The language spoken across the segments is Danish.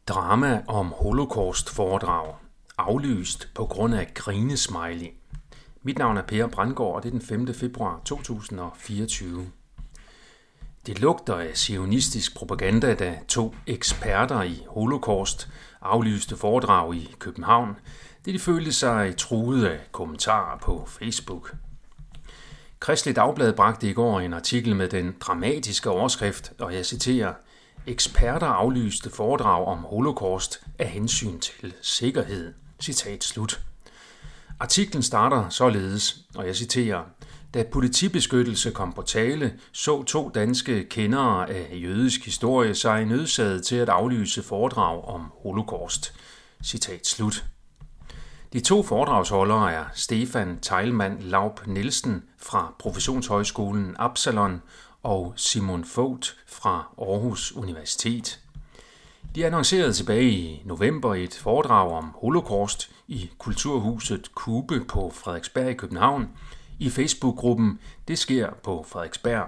Drama om holocaust-foredrag. Aflyst på grund af grinesmiley. Mit navn er Per Brandgaard, og det er den 5. februar 2024. Det lugter af zionistisk propaganda, da 2 eksperter i holocaust aflyste foredrag i København, det de følte sig truet af kommentarer på Facebook. Kristeligt Dagblad bragte i går en artikel med den dramatiske overskrift, og jeg citerer: "Eksperter aflyste foredrag om holocaust af hensyn til sikkerhed." Citat slut. Artiklen starter således, og jeg citerer: "Da politibeskyttelse kom på tale, så 2 danske kendere af jødisk historie sig nødsaget til at aflyse foredrag om holocaust." Citat slut. De 2 foredragsholdere er Stefan Teilmann Laub Nielsen fra Professionshøjskolen Absalon og Simon Vogt fra Aarhus Universitet. De annoncerede tilbage i november et foredrag om holocaust i Kulturhuset Kube på Frederiksberg i København i Facebook-gruppen "Det sker på Frederiksberg".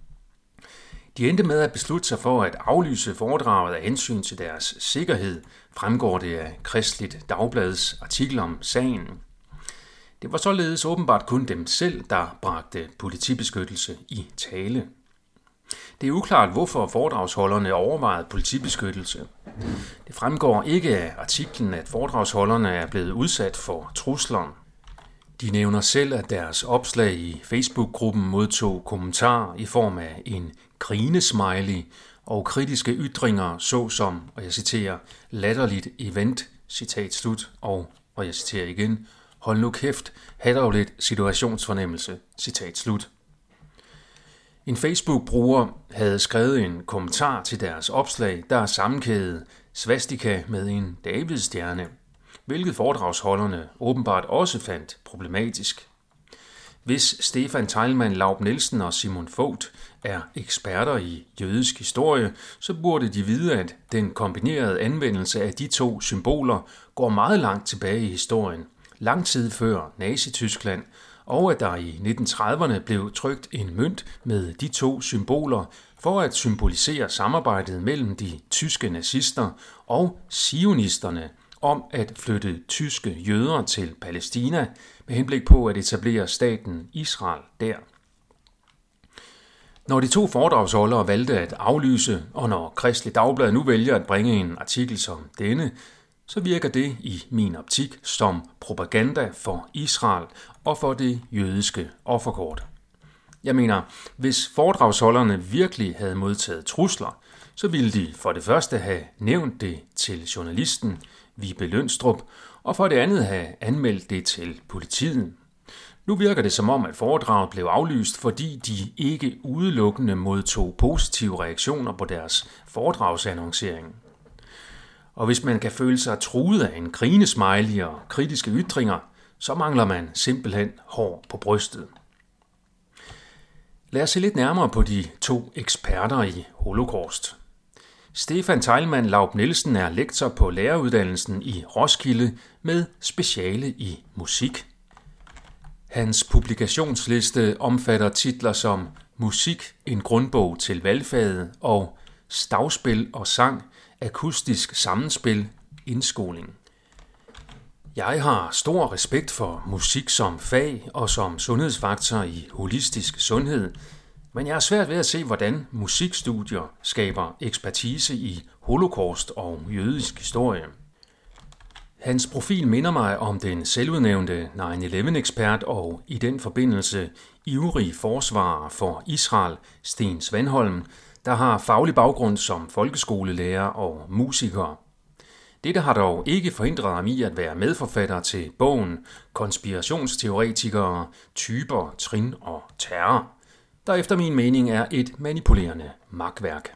De endte med at beslutte sig for at aflyse foredraget af hensyn til deres sikkerhed, fremgår det af Kristeligt Dagblads artikel om sagen. Det var således åbenbart kun dem selv, der bragte politibeskyttelse i tale. Det er uklart, hvorfor foredragsholderne overvejede politibeskyttelse. Det fremgår ikke af artiklen, at foredragsholderne er blevet udsat for trusler. De nævner selv, at deres opslag i Facebook-gruppen modtog kommentarer i form af en grinesmiley og kritiske ytringer såsom, og jeg citerer, "latterligt event", citat slut, og jeg citerer igen, "hold nu kæft, have dog lidt situationsfornemmelse", citat slut. En Facebook-bruger havde skrevet en kommentar til deres opslag, der sammenkædede svastika med en davidsstjerne, hvilket foredragsholderne åbenbart også fandt problematisk. Hvis Stefan Teilmann Laub Nielsen og Simon Vogt er eksperter i jødisk historie, så burde de vide, at den kombinerede anvendelse af de 2 symboler går meget langt tilbage i historien, lang tid før Nazi-Tyskland, og at der i 1930'erne blev trykt en mønt med de 2 symboler for at symbolisere samarbejdet mellem de tyske nazister og zionisterne om at flytte tyske jøder til Palæstina med henblik på at etablere staten Israel der. Når de 2 foredragsholdere valgte at aflyse, og når Kristeligt Dagblad nu vælger at bringe en artikel som denne, så virker det i min optik som propaganda for Israel og for det jødiske offerkort. Jeg mener, hvis foredragsholderne virkelig havde modtaget trusler, så ville de for det første have nævnt det til journalisten Vibe Lønstrup, og for det andet have anmeldt det til politiet. Nu virker det som om, at foredraget blev aflyst, fordi de ikke udelukkende modtog positive reaktioner på deres foredragsannoncering. Og hvis man kan føle sig truet af en grinesmiley og kritiske ytringer, så mangler man simpelthen hår på brystet. Lad os se lidt nærmere på de 2 eksperter i holocaust. Stefan Teilmann Laub Nielsen er lektor på læreruddannelsen i Roskilde med speciale i musik. Hans publikationsliste omfatter titler som "Musik, en grundbog til valgfaget" og "Stavspil og sang, akustisk sammenspil, indskoling". Jeg har stor respekt for musik som fag og som sundhedsfaktor i holistisk sundhed, men jeg har svært ved at se, hvordan musikstudier skaber ekspertise i holocaust og jødisk historie. Hans profil minder mig om den selvudnævnte 9/11-ekspert og i den forbindelse ivrig forsvarer for Israel, Sten Svanholm, der har faglig baggrund som folkeskolelærer og musiker. Dette har dog ikke forhindret ham i at være medforfatter til bogen "Konspirationsteoretikere, typer, trin og terror", der efter min mening er et manipulerende makværk.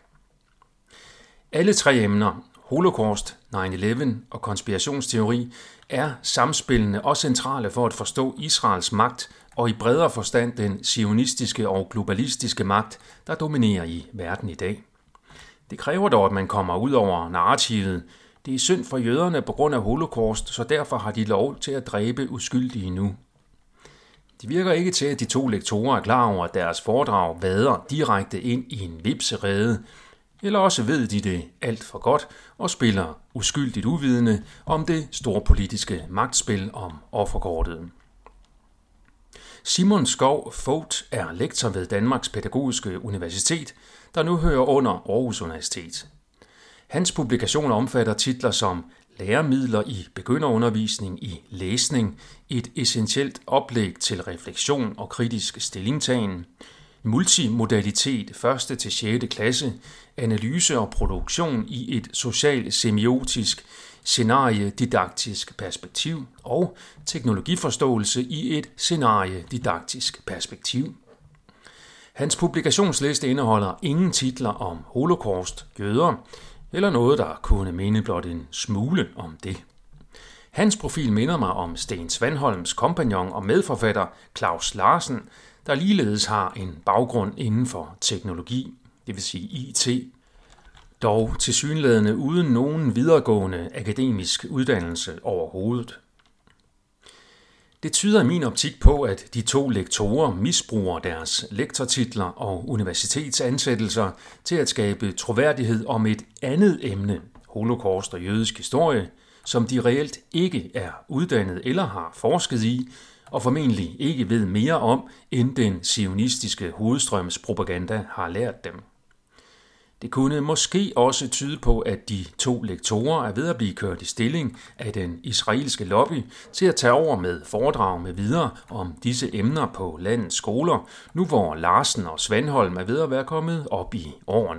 Alle 3 emner, holocaust, 9/11 og konspirationsteori, er samspillende og centrale for at forstå Israels magt og i bredere forstand den zionistiske og globalistiske magt, der dominerer i verden i dag. Det kræver dog, at man kommer ud over narrativet. Det er synd for jøderne på grund af holocaust, så derfor har de lov til at dræbe uskyldige nu. Det virker ikke til, at de 2 lektorer er klar over, at deres foredrag vader direkte ind i en hvepserede, Eller også ved de det alt for godt og spiller uskyldigt uvidende om det store politiske magtspil om offerkortet. Simon Skov Vogt er lektor ved Danmarks Pædagogiske Universitet, der nu hører under Aarhus Universitet. Hans publikationer omfatter titler som Læremidler i begynderundervisning i læsning, et essentielt oplæg til refleksion og kritisk stillingtagen, multimodalitet 1. til 6. klasse, analyse og produktion i et social-semiotisk scenariedidaktisk perspektiv og teknologiforståelse i et scenariedidaktisk perspektiv. Hans publikationsliste indeholder ingen titler om holocaust, jøder eller noget, der kunne minde blot en smule om det. Hans profil minder mig om Sten Svanholms kompagnon og medforfatter Claus Larsen, der ligeledes har en baggrund inden for teknologi, det vil sige IT, dog tilsyneladende uden nogen videregående akademisk uddannelse overhovedet. Det tyder i min optik på, at de to lektorer misbruger deres lektortitler og universitetsansættelser til at skabe troværdighed om et andet emne, holocaust og jødisk historie, som de reelt ikke er uddannet eller har forsket i, og formentlig ikke ved mere om, end den zionistiske hovedstrømspropaganda har lært dem. Det kunne måske også tyde på, at de to lektorer er ved at blive kørt i stilling af den israelske lobby til at tage over med foredrag med videre om disse emner på landets skoler, nu hvor Larsen og Svanholm er ved at være kommet op i årene.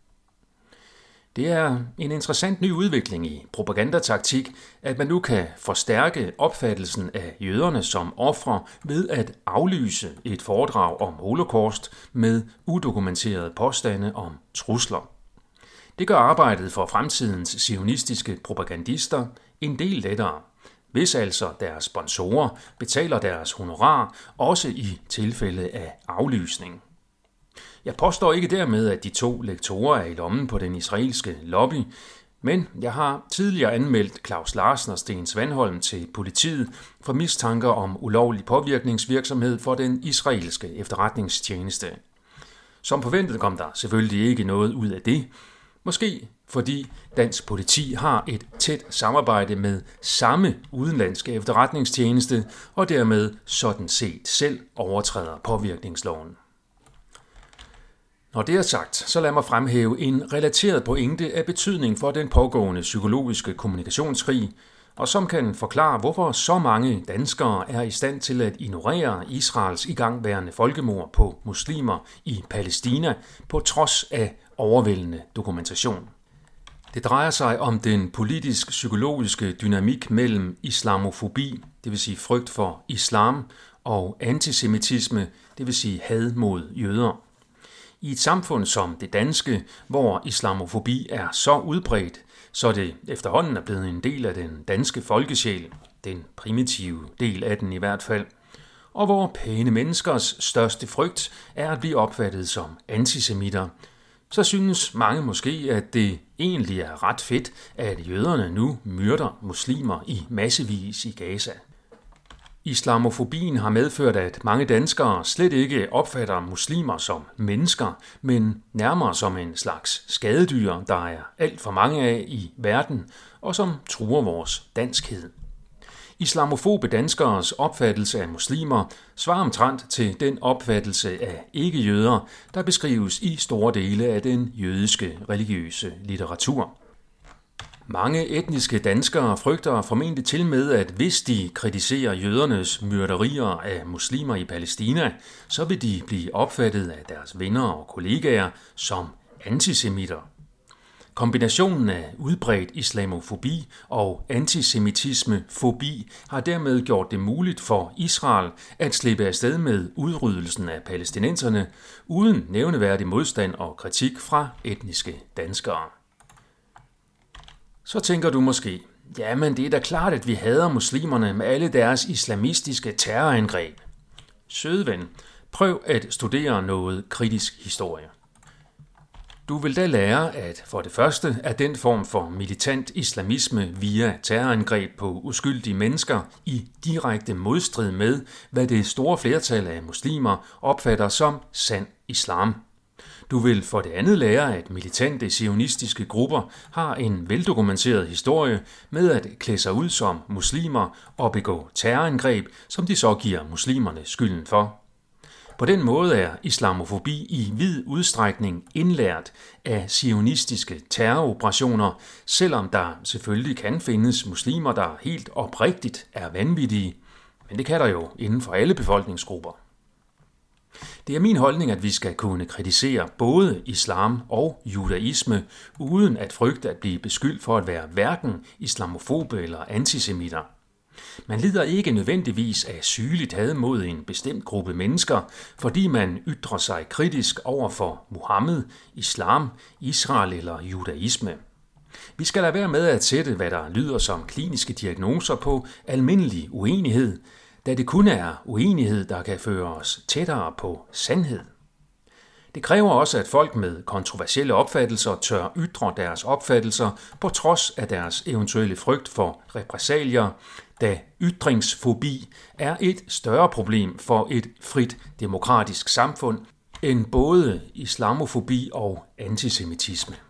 Det er en interessant ny udvikling i propagandataktik, at man nu kan forstærke opfattelsen af jøderne som ofre ved at aflyse et foredrag om holocaust med udokumenterede påstande om trusler. Det gør arbejdet for fremtidens zionistiske propagandister en del lettere, hvis altså deres sponsorer betaler deres honorar, også i tilfælde af aflysning. Jeg påstår ikke dermed, at de to lektorer er i lommen på den israelske lobby, men jeg har tidligere anmeldt Claus Larsen og Sten Svanholm til politiet for mistanker om ulovlig påvirkningsvirksomhed for den israelske efterretningstjeneste. Som forventet kom der selvfølgelig ikke noget ud af det, måske fordi dansk politi har et tæt samarbejde med samme udenlandske efterretningstjeneste og dermed sådan set selv overtræder påvirkningsloven. Når det er sagt, så lad mig fremhæve en relateret pointe af betydning for den pågående psykologiske kommunikationskrig, og som kan forklare, hvorfor så mange danskere er i stand til at ignorere Israels igangværende folkemord på muslimer i Palæstina på trods af overvældende dokumentation. Det drejer sig om den politisk-psykologiske dynamik mellem islamofobi, det vil sige frygt for islam, og antisemitisme, det vil sige had mod jøder. I et samfund som det danske, hvor islamofobi er så udbredt, så det efterhånden er blevet en del af den danske folkesjæl, den primitive del af den i hvert fald, og hvor pæne menneskers største frygt er at blive opfattet som antisemitter, så synes mange måske, at det egentlig er ret fedt, at jøderne nu myrder muslimer i massevis i Gaza. Islamofobien har medført, at mange danskere slet ikke opfatter muslimer som mennesker, men nærmere som en slags skadedyr, der er alt for mange af i verden, og som truer vores danskhed. Islamofobe danskeres opfattelse af muslimer svarer omtrent til den opfattelse af ikke-jøder, der beskrives i store dele af den jødiske religiøse litteratur. Mange etniske danskere frygter formentlig til med, at hvis de kritiserer jødernes myrderier af muslimer i Palæstina, så vil de blive opfattet af deres venner og kollegaer som antisemitter. Kombinationen af udbredt islamofobi og antisemitisme-fobi har dermed gjort det muligt for Israel at slippe afsted med udryddelsen af palæstinenserne uden nævneværdig modstand og kritik fra etniske danskere. Så tænker du måske, jamen det er da klart, at vi hader muslimerne med alle deres islamistiske terrorangreb. Søde ven, prøv at studere noget kritisk historie. Du vil da lære, at for det første er den form for militant islamisme via terrorangreb på uskyldige mennesker i direkte modstrid med, hvad det store flertal af muslimer opfatter som sand islam. Du vil for det andet lære, at militante zionistiske grupper har en veldokumenteret historie med at klæde sig ud som muslimer og begå terrorangreb, som de så giver muslimerne skylden for. På den måde er islamofobi i vid udstrækning indlært af zionistiske terroroperationer, selvom der selvfølgelig kan findes muslimer, der helt oprigtigt er vanvittige, men det kan der jo inden for alle befolkningsgrupper. Det er min holdning, at vi skal kunne kritisere både islam og judaisme, uden at frygte at blive beskyldt for at være hverken islamofobe eller antisemitter. Man lider ikke nødvendigvis af sygeligt had mod en bestemt gruppe mennesker, fordi man ytrer sig kritisk over for Muhammed, islam, Israel eller judaisme. Vi skal lade være med at sætte, hvad der lyder som kliniske diagnoser på almindelig uenighed, da det kun er uenighed, der kan føre os tættere på sandhed. Det kræver også, at folk med kontroversielle opfattelser tør ytre deres opfattelser på trods af deres eventuelle frygt for repressalier, da ytringsfobi er et større problem for et frit demokratisk samfund end både islamofobi og antisemitisme.